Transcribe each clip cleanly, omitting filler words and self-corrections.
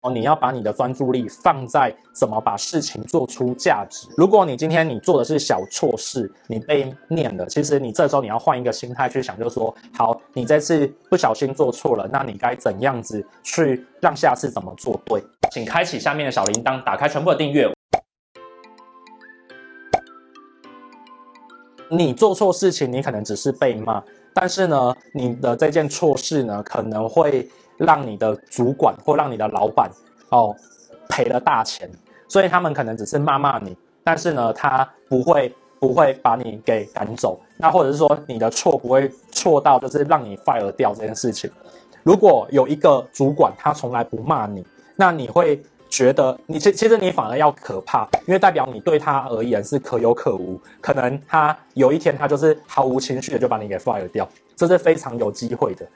你要把你的专注力放在怎么把事情做出价值。如果你今天你做的是小错事，你被念了，其实你这时候你要换一个心态去想，就是说，好，你这次不小心做错了，那你该怎样子去让下次怎么做对？请开启下面的小铃铛，打开全部的订阅。你做错事情，你可能只是被骂，但是呢，你的这件错事呢，可能会让你的主管或让你的老板赔了大钱，所以他们可能只是骂你，但是呢，他不会把你给赶走，那或者是说你的错不会错到就是让你 fire 掉这件事情。如果有一个主管他从来不骂你，那你会觉得其实你反而要可怕，因为代表你对他而言是可有可无，可能他有一天他就是毫无情绪的就把你给 fire 掉，这是非常有机会的。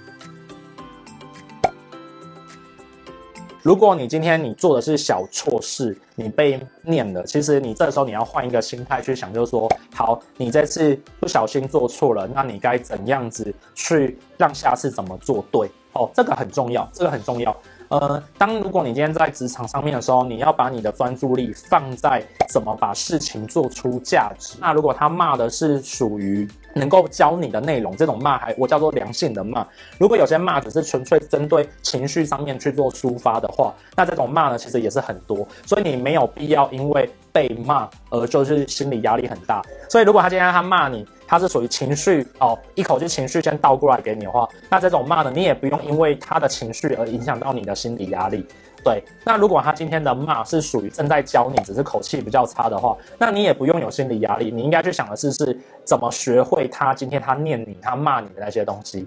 如果你今天你做的是小错事，你被念了，其实你这时候你要换一个心态去想，就是说，好，你这次不小心做错了，那你该怎样子去让下次怎么做对？这个很重要，这个很重要。如果你今天在职场上面的时候，你要把你的专注力放在怎么把事情做出价值。那如果他骂的是属于能够教你的内容，这种骂我叫做良性的骂。如果有些骂只是纯粹针对情绪上面去做抒发的话，那这种骂呢其实也是很多，所以你没有必要因为被骂而就是心理压力很大。所以如果他今天他骂你，他是属于情绪一口气情绪先倒过来给你的话，那这种骂呢，你也不用因为他的情绪而影响到你的心理压力。对，那如果他今天的骂是属于正在教你，只是口气比较差的话，那你也不用有心理压力，你应该去想的是怎么学会他今天他念你、他骂你的那些东西。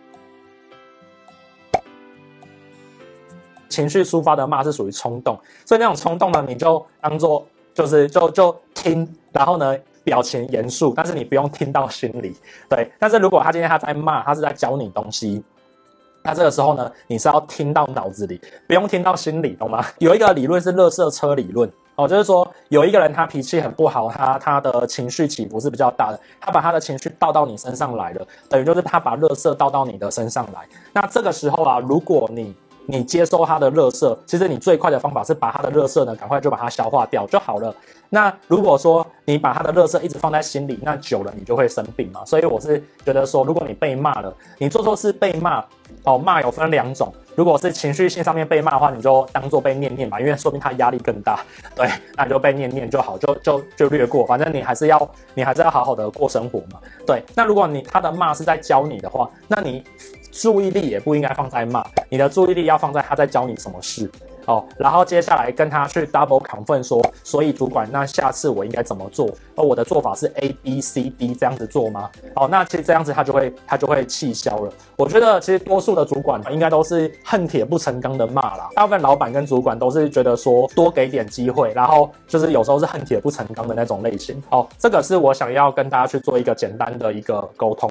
情绪抒发的骂是属于冲动，所以那种冲动呢，你就当做就听，然后呢表情严肃，但是你不用听到心里。对，但是如果他今天他在骂，他是在教你东西，那这个时候呢，你是要听到脑子里，不用听到心里，懂吗？有一个理论是垃圾车理论就是说有一个人他脾气很不好，他的情绪起伏是比较大的，他把他的情绪倒到你身上来了，等于就是他把垃圾倒到你的身上来。那这个时候啊，如果你接收他的垃圾，其实你最快的方法是把他的垃圾呢，赶快就把它消化掉就好了。那如果说你把他的垃圾一直放在心里，那久了你就会生病嘛。所以我是觉得说，如果你被骂了，你做错事被骂，骂有分两种。如果是情绪性上面被骂的话，你就当做被念嘛，因为说明他压力更大。对，那你就被念就好，就略过，反正你还是要好好的过生活嘛。对，那如果他的骂是在教你的话，那你注意力也不应该放在骂，你的注意力要放在他在教你什么事。然后接下来跟他去 double confirm 说，所以主管，那下次我应该怎么做？我的做法是 A B C D 这样子做吗？那其实这样子他就会气消了。我觉得其实多数的主管应该都是恨铁不成钢的骂啦，大部分老板跟主管都是觉得说多给点机会，然后就是有时候是恨铁不成钢的那种类型。这个是我想要跟大家去做一个简单的一个沟通。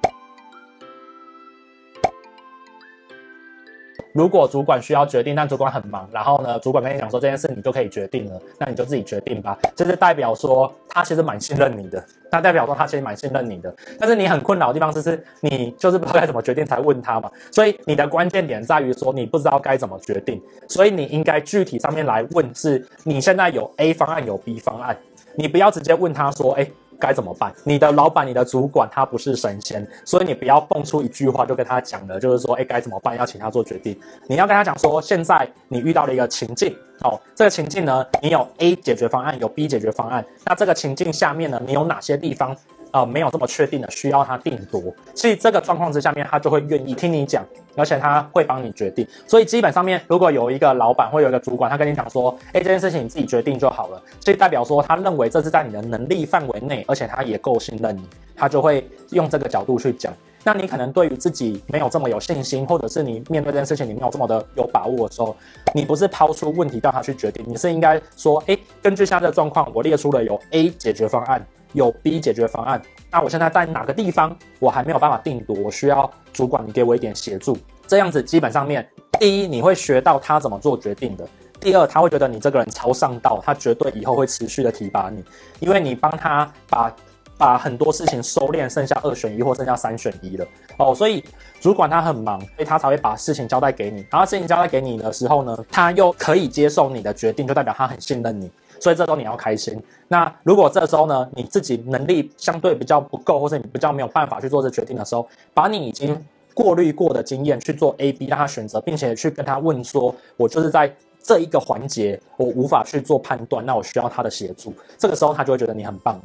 如果主管需要决定，但主管很忙，然后呢，主管跟你讲说这件事你就可以决定了，那你就自己决定吧。就是代表说他其实蛮信任你的，那代表说他其实蛮信任你的。但是你很困扰的地方是你就是不知道该怎么决定才问他嘛，所以你的关键点在于说你不知道该怎么决定，所以你应该具体上面来问是你现在有 A 方案有 B 方案，你不要直接问他说该怎么办？你的老板、你的主管他不是神仙，所以你不要蹦出一句话就跟他讲了，就是说，该怎么办？要请他做决定。你要跟他讲说，现在你遇到了一个情境，这个情境呢，你有 A 解决方案，有 B 解决方案。那这个情境下面呢，你有哪些地方没有这么确定的，需要他定夺？所以这个状况之下面，他就会愿意听你讲，而且他会帮你决定。所以基本上面，如果有一个老板或有一个主管，他跟你讲说，这件事情你自己决定就好了，所以代表说他认为这是在你的能力范围内，而且他也够信任你，他就会用这个角度去讲。那你可能对于自己没有这么有信心，或者是你面对这件事情你没有这么的有把握的时候，你不是抛出问题让他去决定，你是应该说，根据现在的状况，我列出了有 A 解决方案，有 B 解决方案，那我现在在哪个地方我还没有办法定夺，我需要主管你给我一点协助。这样子基本上面，第一你会学到他怎么做决定的，第二他会觉得你这个人超上道，他绝对以后会持续的提拔你，因为你帮他把把很多事情收敛，剩下2选1或剩下3选1了哦。所以主管他很忙，所以他才会把事情交代给你。然后事情交代给你的时候呢，他又可以接受你的决定，就代表他很信任你。所以这时候你要开心。那如果这时候呢，你自己能力相对比较不够，或者你比较没有办法去做这决定的时候，把你已经过滤过的经验去做 A、B， 让他选择，并且去跟他问说，我就是在这一个环节我无法去做判断，那我需要他的协助。这个时候他就会觉得你很棒了。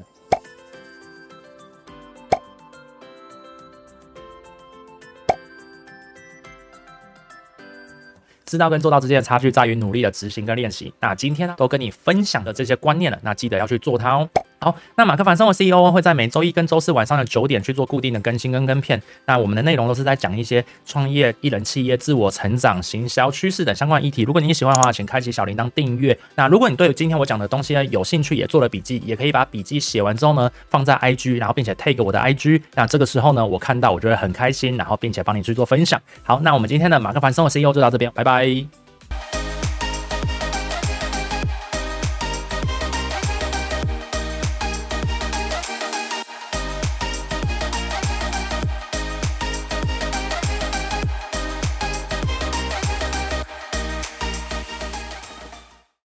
知道跟做到之间的差距在于努力的执行跟练习。那今天呢，都跟你分享的这些观念了，那记得要去做它哦。好，那马克凡生活 CEO 会在每周一跟周四晚上的9点去做固定的更新跟跟片。那我们的内容都是在讲一些创业、艺人企业、自我成长、行销、趋势等相关议题。如果你喜欢的话，请开启小铃铛订阅。那如果你对今天我讲的东西呢有兴趣，也做了笔记，也可以把笔记写完之后呢放在 IG， 然后并且 tag 我的 IG。那这个时候呢，我看到我就会很开心，然后并且帮你去做分享。好，那我们今天的马克凡生活 CEO 就到这边，拜拜。